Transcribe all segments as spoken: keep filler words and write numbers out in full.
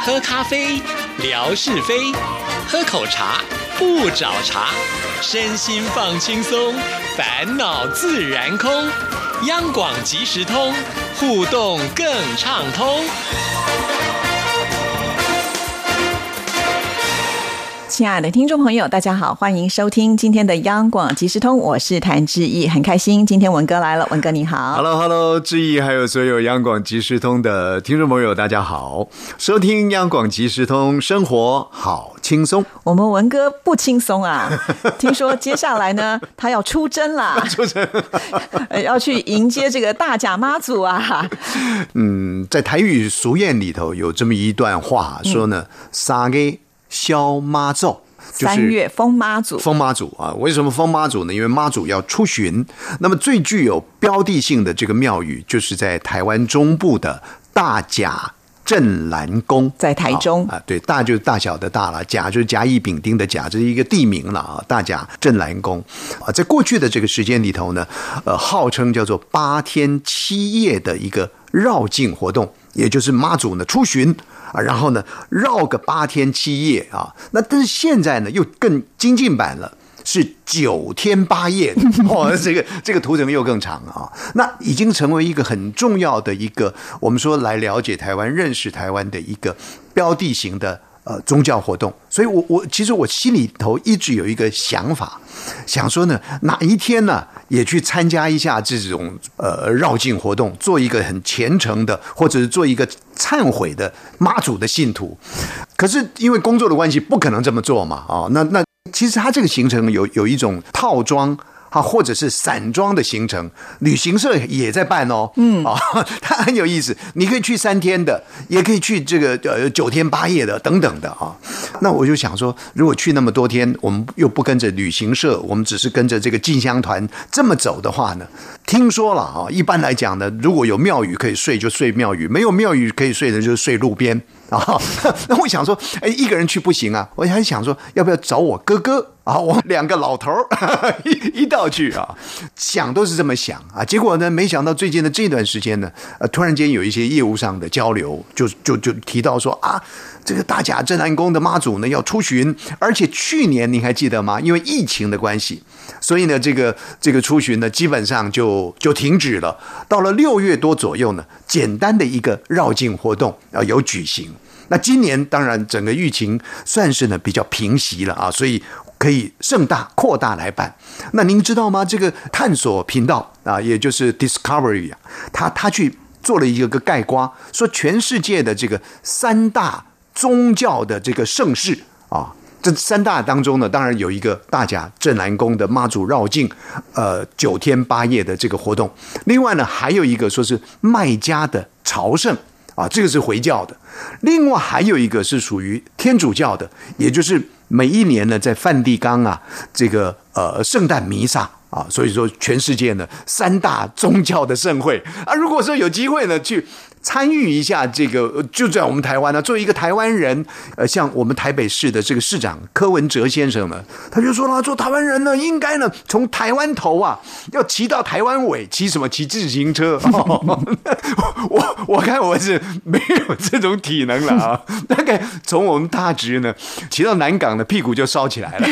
喝咖啡，聊是非；喝口茶，不找茬。身心放轻松，烦恼自然空。央广即时通，互动更畅通。 亲爱的听众朋友，大家好，欢迎收听今天的央广即时通，我是谭志毅，很开心今天文哥来了，文哥你好。 Hello Hello， 志毅还有所有央广即时通的听众朋友大家好，收听央广即时通，生活好轻松。 我们文哥不轻松啊，听说接下来呢他要出征啦出征要去迎接这个大甲妈祖啊。 嗯，在台语俗谚里头有这么一段话说呢，三月消妈祖， 三月封妈祖， 封妈祖啊！为什么封妈祖呢？因为妈祖要出巡。那么最具有标的性的这个庙宇，就是在台湾中部的大甲镇澜宫， 在台中啊，对，大就是大小的大了，甲就是甲乙丙丁的甲，这是一个地名了啊。大甲镇澜宫啊，在过去的这个时间里头呢，呃，号称叫做八天七夜的一个绕境活动，也就是妈祖呢出巡。啊，然后呢，绕个八天七夜啊，那但是现在呢又更精进版了，是九天八夜哦，这个这个途程又更长啊，那已经成为一个很重要的一个我们说来了解台湾、认识台湾的一个标的型的呃宗教活动。所以我我其实我心里头一直有一个想法，想说呢，哪一天呢也去参加一下这种呃绕境活动，做一个很虔诚的，或者是做一个忏悔的妈祖的信徒。可是因为工作的关系，不可能这么做嘛，哦，那那其实它这个行程有有一种套装。啊，或者是散装的行程，旅行社也在办哦，嗯啊，它很有意思，你可以去三天的，也可以去这个呃九天八夜的等等的啊。那我就想说，如果去那么多天，我们又不跟着旅行社，我们只是跟着这个进香团这么走的话呢，听说了啊，一般来讲呢，如果有庙宇可以睡就睡庙宇，没有庙宇可以睡的就睡路边。啊，那我想说，哎，一个人去不行啊，我还想说，要不要找我哥哥啊？我们两个老头一一道去啊，想都是这么想啊。结果呢，没想到最近的这段时间呢，呃，突然间有一些业务上的交流，就就就提到说啊，这个大甲镇澜宫的妈祖呢要出巡，而且去年你还记得吗？因为疫情的关系，所以呢，这个这个出巡呢，基本上就就停止了。到了六月多左右呢，简单的一个绕境活动啊有举行。那今年当然整个疫情算是呢比较平息了啊，所以可以盛大扩大来办。那您知道吗？这个探索频道啊，也就是 Discovery 啊，他他去做了一个概括，说全世界的这个三大宗教的这个盛事啊，这三大当中呢，当然有一个大甲镇澜宫的妈祖绕境，呃，九天八夜的这个活动。另外呢，还有一个说是麦加的朝圣。啊，这个是回教的，另外还有一个是属于天主教的，也就是每一年呢，在梵蒂冈啊，这个呃圣诞弥撒啊，所以说全世界呢三大宗教的盛会啊，如果说有机会呢去参与一下这个，就在我们台湾呢，作为一个台湾人，呃，像我们台北市的这个市长柯文哲先生呢，他就说了，做台湾人呢，应该呢从台湾头啊，要骑到台湾尾，骑什么？骑自行车。哦、我我看我是没有这种体能了啊，大概从我们大直呢骑到南港的屁股就烧起来了。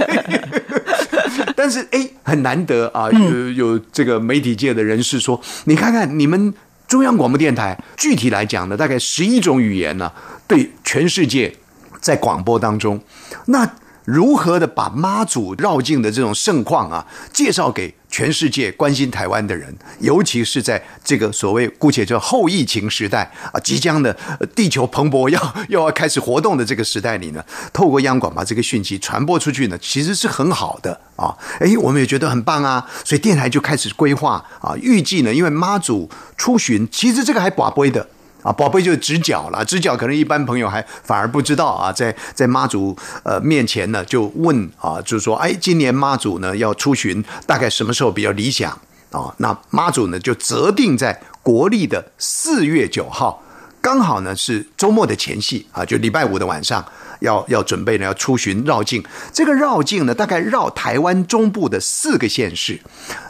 但是哎，很难得啊，有有这个媒体界的人士说，你看看你们。中央广播电台具体来讲呢，大概十一种语言呢，对全世界在广播当中，那如何的把妈祖绕境的这种盛况啊，介绍给全世界关心台湾的人，尤其是在这个所谓姑且叫后疫情时代啊，即将的地球蓬勃要又要开始活动的这个时代里呢，透过央广把这个讯息传播出去呢，其实是很好的啊。哎，我们也觉得很棒啊，所以电台就开始规划啊，预计呢，因为妈祖出巡，其实这个还跋杯的。啊，宝贝就是直角了，直角可能一般朋友还反而不知道啊，在在妈祖呃面前呢，就问啊，就是说，哎，今年妈祖呢要出巡，大概什么时候比较理想啊？那妈祖呢就择定在国历的四月九号，刚好呢是周末的前夕啊，就礼拜五的晚上，要要准备呢要出巡绕境。这个绕境呢，大概绕台湾中部的四个县市。那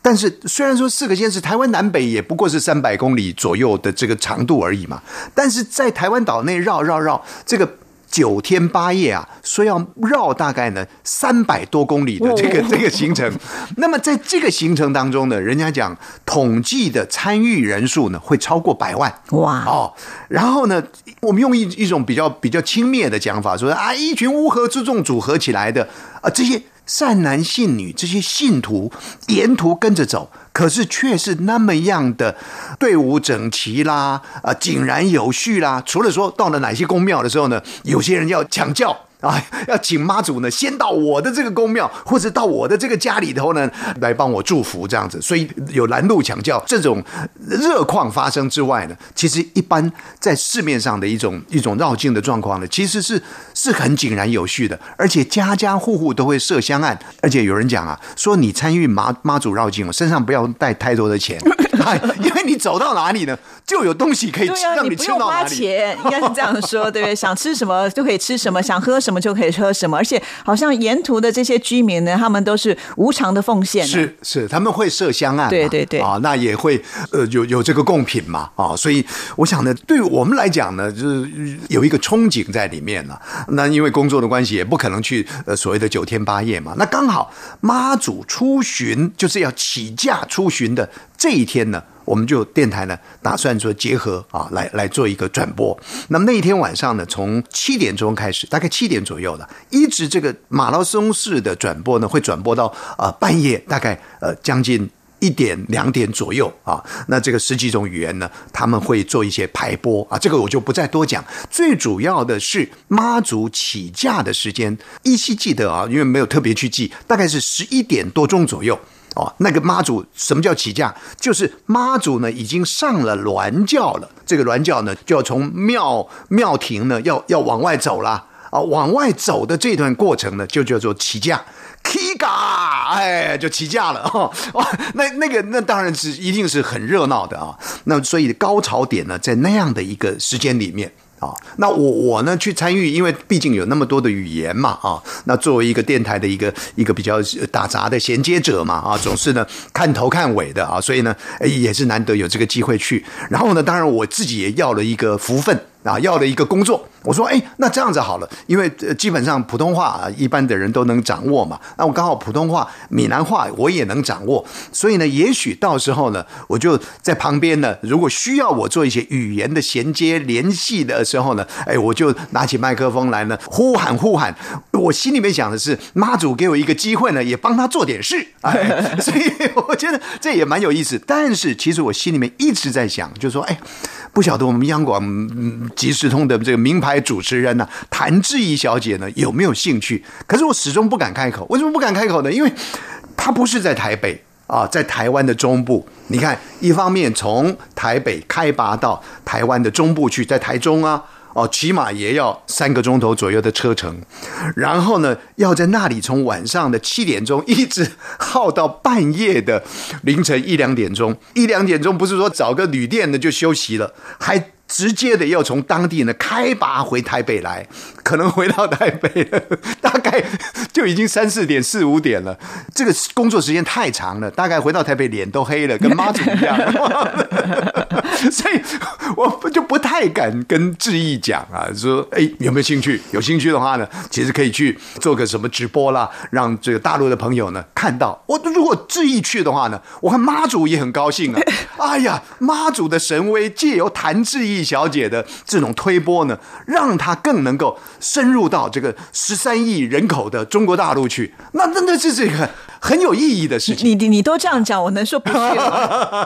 但是虽然说四个县市，台湾南北也不过是三百公里左右的这个长度而已嘛，但是在台湾岛内绕绕绕这个九天八夜啊，说要绕大概呢三百多公里的这个、哦、这个行程。那么在这个行程当中呢，人家讲统计的参与人数呢会超过百万。 哇哦，然后呢，我们用一一种比较比较轻蔑的讲法说啊，一群乌合之众组合起来的啊，这些善男信女，这些信徒沿途跟着走。可是却是那么样的队伍整齐啦，啊，井然有序啦。除了说到了哪些宫庙的时候呢，有些人要抢轿啊，要请妈祖呢先到我的这个宫庙，或者到我的这个家里头呢来帮我祝福这样子。所以有拦路抢轿这种热况发生之外呢，其实一般在市面上的一种一种绕境的状况呢，其实是是很井然有序的，而且家家户户都会设香案。而且有人讲啊，说你参与妈妈祖绕境，身上不要带太多的钱，因为你走到哪里呢，就有东西可以让你吃到哪里。对啊，你不用花钱，应该是这样说，对不对？想吃什么就可以吃什么，想喝什么就可以喝什么。而且好像沿途的这些居民呢，他们都是无偿的奉献。 是是，他们会设香案嘛， 对对对啊，那也会呃有有这个贡品嘛啊，所以我想呢，对我们来讲呢，就是有一个憧憬在里面了。那因为工作的关系，也不可能去呃所谓的九天八夜嘛。那刚好妈祖出巡，就是要起驾出巡的这一天呢，我们就电台呢打算说结合啊，来来做一个转播。那么那一天晚上呢，从七点钟开始，大概七点左右了，一直这个马拉松式的转播呢，会转播到呃半夜，大概呃将近一点两点左右啊。那这个十几种语言呢，他们会做一些排播啊，这个我就不再多讲。最主要的是妈祖起驾的时间，依稀记得啊，因为没有特别去记，大概是十一点多钟左右。哦，那个妈祖什么叫起驾？就是妈祖呢已经上了銮轿了，这个銮轿呢就要从庙庙庭呢要要往外走啦啊，往外走的这段过程呢就叫做起驾。起驾，哎，就起驾了哦！哇，那那个那当然是一定是很热闹的啊。那所以高潮点呢，在那样的一个时间里面。啊，那我我呢去参与，因为毕竟有那么多的语言嘛啊，那作为一个电台的一个一个比较打杂的衔接者嘛啊，总是呢看头看尾的啊，所以呢也是难得有这个机会去。然后呢，当然我自己也要了一个福分啊，要了一个工作。我说，哎，那这样子好了，因为基本上普通话啊，一般的人都能掌握嘛。那我刚好普通话、闽南话我也能掌握，所以呢，也许到时候呢，我就在旁边呢，如果需要我做一些语言的衔接联系的时候呢，哎，我就拿起麦克风来呢，呼喊呼喊。我心里面想的是，妈祖给我一个机会呢，也帮他做点事，哎，所以我觉得这也蛮有意思。但是其实我心里面一直在想，就是说，哎，不晓得我们央广即时通的这个名牌主持人呢、啊，谭志毅小姐呢有没有兴趣？可是我始终不敢开口。为什么不敢开口呢？因为她不是在台北啊，在台湾的中部。你看，一方面从台北开拔到台湾的中部去，在台中啊。哦，起码也要三个钟头左右的车程，然后呢，要在那里从晚上的七点钟一直耗到半夜的凌晨一两点钟，一两点钟不是说找个旅店呢就休息了，还直接的要从当地呢开拔回台北来，可能回到台北了，大概就已经三四点、四五点了。这个工作时间太长了，大概回到台北脸都黑了，跟妈祖一样。所以我就不太敢跟志毅讲啊，说哎有没有兴趣？有兴趣的话呢，其实可以去做个什么直播啦，让这个大陆的朋友呢看到。我如果志毅去的话呢，我看妈祖也很高兴啊。哎呀，妈祖的神威借由谭志毅小姐的这种推播呢，让她更能够深入到这个十三亿人口的中国大陆去。那真的是这个很有意义的事情。 你你你都这样讲，我能说不去吗？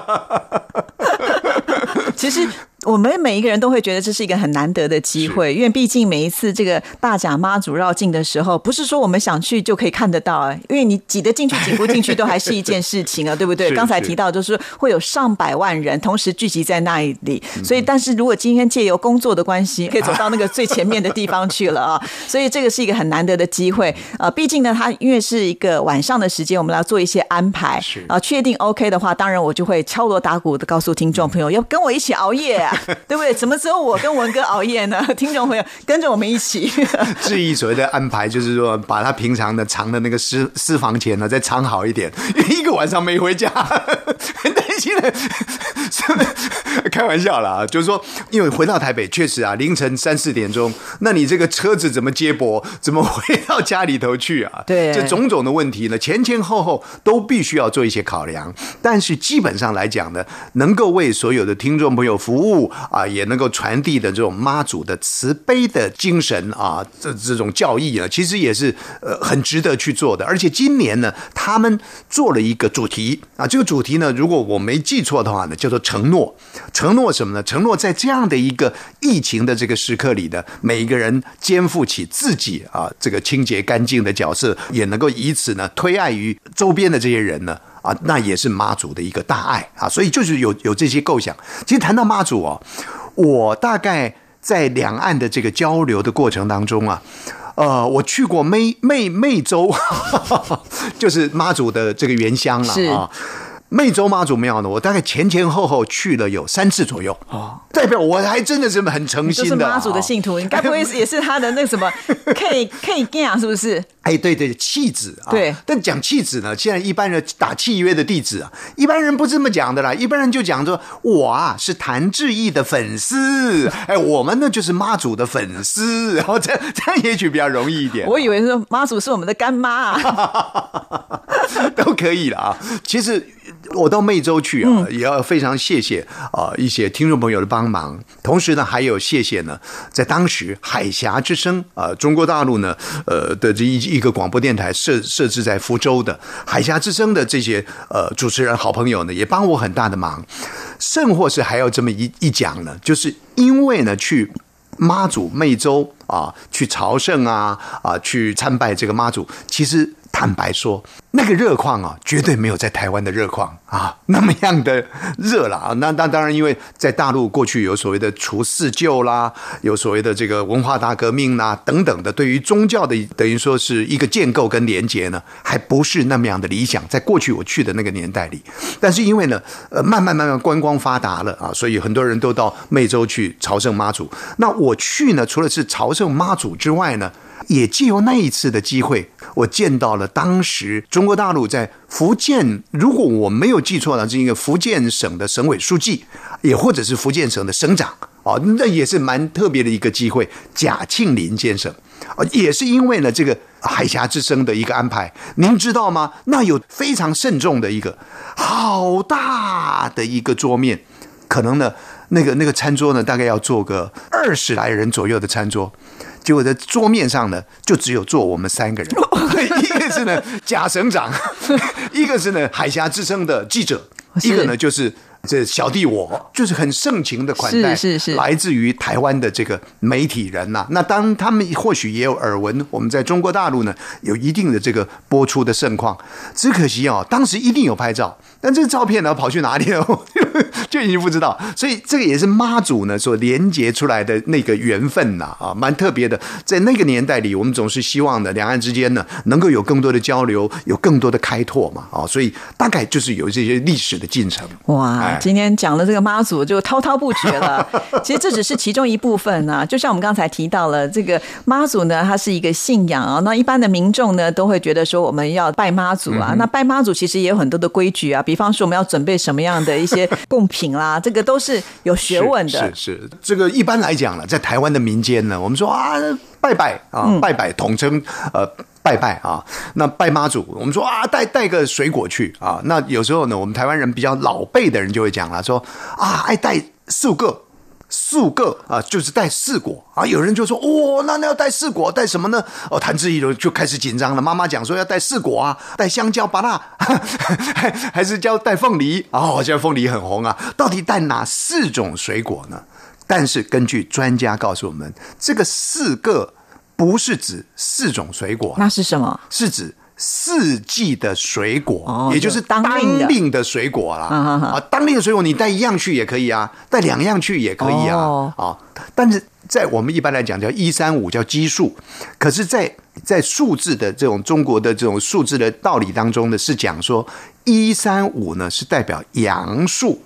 其实我们每一个人都会觉得这是一个很难得的机会，因为毕竟每一次这个大甲妈祖绕境的时候，不是说我们想去就可以看得到啊，因为你挤得进去挤不进去都还是一件事情啊，对不对？刚才提到就是会有上百万人同时聚集在那里，所以但是如果今天借由工作的关系，可以走到那个最前面的地方去了啊，所以这个是一个很难得的机会。呃，毕竟呢，它因为是一个晚上的时间，我们要做一些安排啊，确定 OK 的话，当然我就会敲锣打鼓的告诉听众朋友，要跟我一起熬夜啊。 对不对？怎么只有我跟文哥熬夜呢？听众朋友跟着我们一起。 质疑所谓的安排，就是说把他平常的藏的那个私私房钱呢再藏好一点，因为一个晚上没回家，很担心的。开玩笑啦，就是说，因为回到台北确实啊，凌晨三四点钟，那你这个车子怎么接驳，怎么回到家里头去啊？ 对， 这种种的问题呢，前前后后都必须要做一些考量。但是基本上来讲呢，能够为所有的听众朋友服务啊，也能够传递的这种妈祖的慈悲的精神啊，这这种教义呢，其实也是呃很值得去做的。而且今年呢，他们做了一个主题啊，这个主题呢，如果我没记错的话呢，叫做承诺。承诺什么呢？承诺在这样的一个疫情的这个时刻里呢，每一个人肩负起自己啊这个清洁干净的角色，也能够以此呢推爱于周边的这些人呢。啊，那也是妈祖的一个大爱啊，所以就是有有这些构想。其实谈到妈祖哦，我大概在两岸的这个交流的过程当中啊，呃，我去过湄湄湄洲，就是妈祖的这个原乡了啊。湄洲妈祖庙呢，我大概前前后后去了有三次左右，哦，代表我还真的是很诚心的。 就是妈祖的信徒，你该不会也是他的那个什么 K K G 是不是？ 哎，对对，契子啊。 对， 但讲契子呢，现在一般人打契约的地址啊，一般人不这么讲的啦，一般人就讲说，我啊是谭志毅的粉丝，哎，我们呢就是妈祖的粉丝，然后这样这样也许比较容易一点。 我以为说妈祖是我们的干妈啊， 都可以了啊。其实我到湄洲去啊，嗯、也要非常谢谢啊、呃、一些听众朋友的帮忙，同时呢还有谢谢呢，在当时海峡之声啊、呃、中国大陆呢呃的这一一个广播电台设设置在福州的海峡之声的这些呃主持人好朋友呢，也帮我很大的忙。甚或是还有这么一一讲呢，就是因为呢去妈祖湄洲啊，去朝圣啊啊，去参拜这个妈祖，其实坦白说，那个热况啊，绝对没有在台湾的热况啊那么样的热了啊。那那当然，因为在大陆过去有所谓的除四旧啦，有所谓的这个文化大革命啦等等的，对于宗教的等于说是一个建构跟连结呢，还不是那么样的理想。在过去我去的那个年代里，但是因为呢，呃，慢慢慢慢观光发达了啊，所以很多人都到湄洲去朝圣妈祖。那我去呢，除了是朝圣妈祖之外呢，也借由那一次的机会，我见到了当时中国大陆在福建，如果我没有记错呢，是一个福建省的省委书记，也或者是福建省的省长哦，那也是蛮特别的一个机会。贾庆林先生也是因为呢这个海峡之声的一个安排，您知道吗？那有非常慎重的一个好大的一个桌面，可能呢那个那个餐桌呢大概要坐个二十来人左右的餐桌。结果在桌面上呢，就只有坐我们三个人，一个是呢贾省长，一个是呢海峡之声的记者，一个呢就是这小弟我，就是很盛情的款待， 是是是， 来自于台湾的这个媒体人呐、啊。那当他们或许也有耳闻，我们在中国大陆呢有一定的这个播出的盛况，只可惜啊、哦，当时一定有拍照，但这个照片呢跑去哪里了？就已经不知道，所以这个也是妈祖呢所连结出来的那个缘分呐啊，蛮特别的。在那个年代里，我们总是希望呢，两岸之间呢能够有更多的交流，有更多的开拓嘛啊，所以大概就是有这些历史的进程。 哇，哎、今天讲了这个妈祖就滔滔不绝了。其实这只是其中一部分啊，就像我们刚才提到了，这个妈祖呢，它是一个信仰啊。那一般的民众呢，都会觉得说我们要拜妈祖啊。嗯、那拜妈祖其实也有很多的规矩啊，比方说我们要准备什么样的一些贡品啦，这个都是有学问的。 是 是, 是，这个一般来讲了，在台湾的民间呢，我们说啊，拜拜啊，嗯、拜拜统称呃拜拜啊。那拜妈祖，我们说啊，带带个水果去啊。那有时候呢，我们台湾人比较老辈的人就会讲了，说啊，爱带四个。四个啊，就是带四果啊。有人就说，哦，那那要带四果，带什么呢？哦，谭志毅就开始紧张了。妈妈讲说要带四果啊，带香蕉、芭乐，还还是叫带凤梨哦，现在凤梨很红啊。到底带哪四种水果呢？但是根据专家告诉我们，这个四个不是指四种水果， 那是什么？ 是指四季的水果， 哦、 也就是当令的水果啦。啊，当令的水果你带一样去也可以啊，带两样去也可以啊。哦、啊，但是在我们一般来讲叫一三五叫奇数，可是在在数字的这种中国的这种数字的道理当中呢，是讲说一三五呢是代表阳数，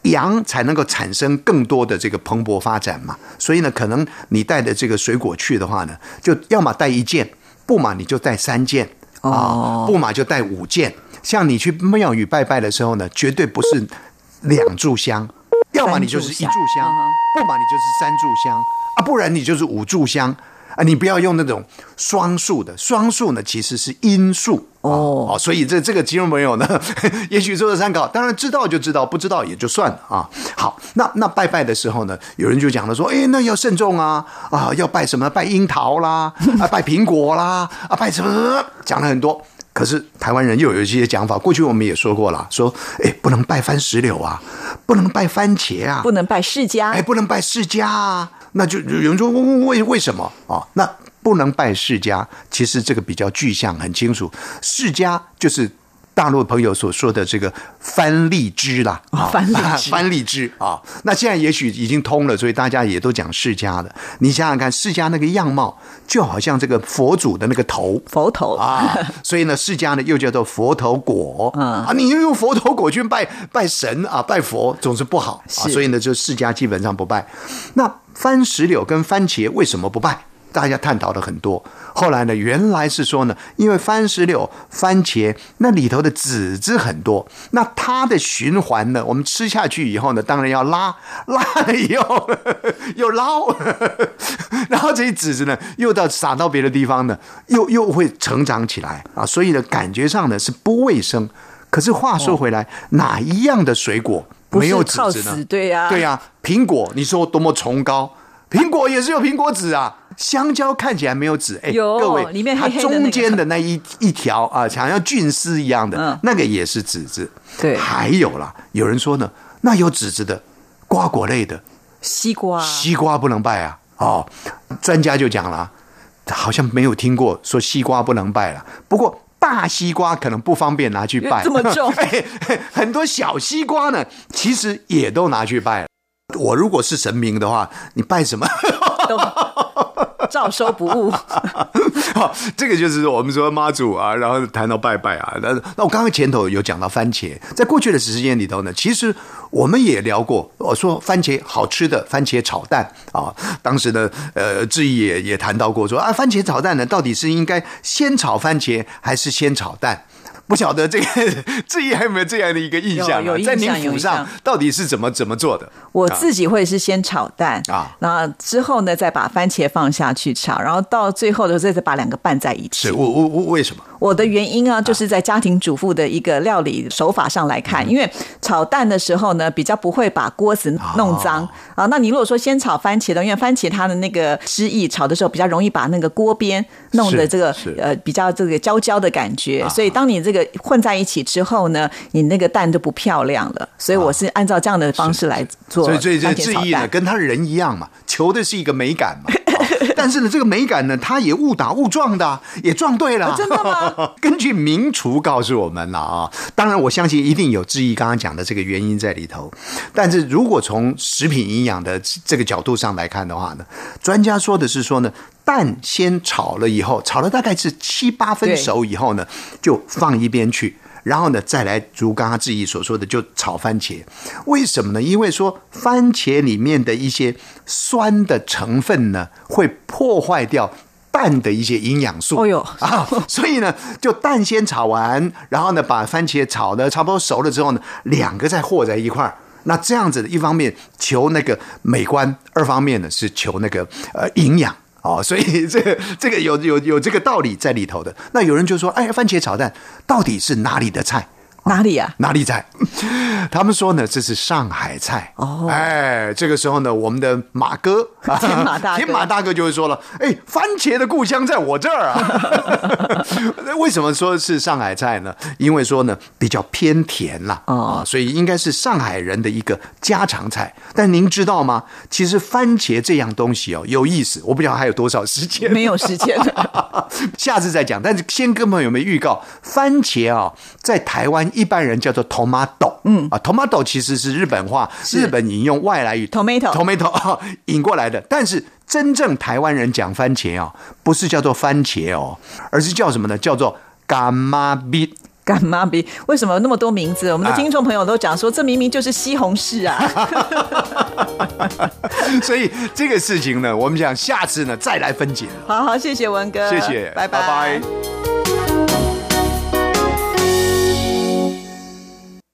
阳才能够产生更多的这个蓬勃发展嘛。所以呢，可能你带的这个水果去的话呢，就要么带一件，不嘛你就带三件啊、哦，不嘛就带五件。像你去庙宇拜拜的时候呢，绝对不是两炷香，要么你就是一炷香，不嘛你就是三炷香啊，不然你就是五炷香啊。你不要用那种双数的，双数呢其实是阴数哦，哦，所以这这个听众朋友呢，也许做个参考，当然知道就知道，不知道也就算了啊。好，那那拜拜的时候呢，有人就讲了说，哎，那要慎重啊啊，要拜什么？拜樱桃啦，啊，拜苹果啦，啊，拜什么？讲了很多。可是台湾人又有一些讲法，过去我们也说过了，说哎，不能拜番石榴啊，不能拜番茄啊， 不能拜释迦， 哎，不能拜释迦啊。那就有人说为为什么啊、哦？那不能拜释迦，其实这个比较具象，很清楚，释迦就是大陆朋友所说的这个番荔枝啦， 哦、番荔枝， 番荔枝啊。那现在也许已经通了，所以大家也都讲释迦了。你想想看，释迦那个样貌，就好像这个佛祖的那个头， 佛头啊，所以呢，释迦呢又叫做佛头果、嗯、啊。你用佛头果去拜拜神啊，拜佛总是不好啊，所以呢，就释迦基本上不拜。那番石榴跟番茄为什么不拜？大家探讨了很多。后来呢，原来是说呢，因为番石榴、番茄那里头的籽子很多，那它的循环呢，我们吃下去以后呢，当然要拉，拉了以后呵呵又捞，呵呵然后这些籽子呢，又到撒到别的地方呢，又又会成长起来啊，所以呢，感觉上呢是不卫生。可是话说回来，哦、哪一样的水果没有籽子呢？ 对呀、啊， 对呀、啊，苹果你说多么崇高，苹果也是有苹果籽啊。香蕉看起来没有籽，哎，各位， 里面黑黑的、那个、它中间的那一一条啊，好像菌丝一样的，嗯、那个也是籽子。 对， 还有啦，有人说呢，那有籽子的瓜果类的西瓜， 西瓜不能拜啊。哦，专家就讲了，好像没有听过说西瓜不能拜了。不过大西瓜可能不方便拿去拜， 这么重。 很多小西瓜呢，其实也都拿去拜了。我如果是神明的话，你拜什么？ 都照收不误。 好，这个就是我们说妈祖啊，然后谈到拜拜啊。那那我刚刚前头有讲到番茄，在过去的时间里头呢，其实我们也聊过，我说番茄好吃的番茄炒蛋啊。当时呢，呃，志毅也也谈到过说啊，番茄炒蛋呢，到底是应该先炒番茄还是先炒蛋？不晓得这个志毅还有没有这样的一个印象、啊？ 有有印象，在您府上到底是怎么怎么做的？ 我自己会是先炒蛋啊，然后之后呢再把番茄放下去炒，然后到最后的时候再把两个拌在一起。 是，我我我为什么？ 我的原因啊，就是在家庭主妇的一个料理手法上来看，嗯、因为炒蛋的时候呢，比较不会把锅子弄脏、哦、啊。那你如果说先炒番茄的，因为番茄它的那个汁液炒的时候比较容易把那个锅边弄的这个呃比较这个焦焦的感觉，啊、所以当你这个混在一起之后呢，你那个蛋就不漂亮了。所以我是按照这样的方式来做番茄炒蛋。 所以这这志毅呢，跟他人一样嘛，求的是一个美感嘛。但是呢，这个美感呢，他也误打误撞的，也撞对了。 哦、真的吗？ 根据名厨告诉我们了啊，当然我相信一定有志毅刚刚讲的这个原因在里头。但是如果从食品营养的这个角度上来看的话呢，专家说的是说呢，蛋先炒了以后，炒了大概是七八分熟以后呢，就放一边去。然后呢，再来如刚刚志毅所说的，就炒番茄。为什么呢？因为说番茄里面的一些酸的成分呢，会破坏掉蛋的一些营养素。 哦呦啊，所以呢，就蛋先炒完，然后呢，把番茄炒的差不多熟了之后呢，两个再和在一块儿。那这样子，一方面求那个美观，二方面呢是求那个呃营养。哦，所以这个这个有有有这个道理在里头的。那有人就说，哎，番茄炒蛋到底是哪里的菜？ 哪里呀、啊？ 哪里菜？他们说呢，这是上海菜。哦，哎，这个时候呢，我们的马哥， 天马大哥， 天马大哥就会说了，哎，番茄的故乡在我这儿啊。为什么说是上海菜呢？因为说呢，比较偏甜啦，哦，所以应该是上海人的一个家常菜。但您知道吗？其实番茄这样东西哦，有意思。我不知道还有多少时间， 没有时间了， 下次再讲。但是先跟朋友们预告，番茄啊、哦，在台湾一般人叫做 tomato， 嗯啊 ，tomato 其实是日本话，日本引用外来语 tomato tomato、哦、引过来的。但是真正台湾人讲番茄哦，不是叫做番茄哦，而是叫什么呢？叫做柑仔蜜。 干妈比为什么那么多名字？我们的听众朋友都讲说，这明明就是西红柿啊！ 所以这个事情呢，我们想下次呢再来分解。 好好，谢谢文哥， 谢谢， 拜拜。 拜拜。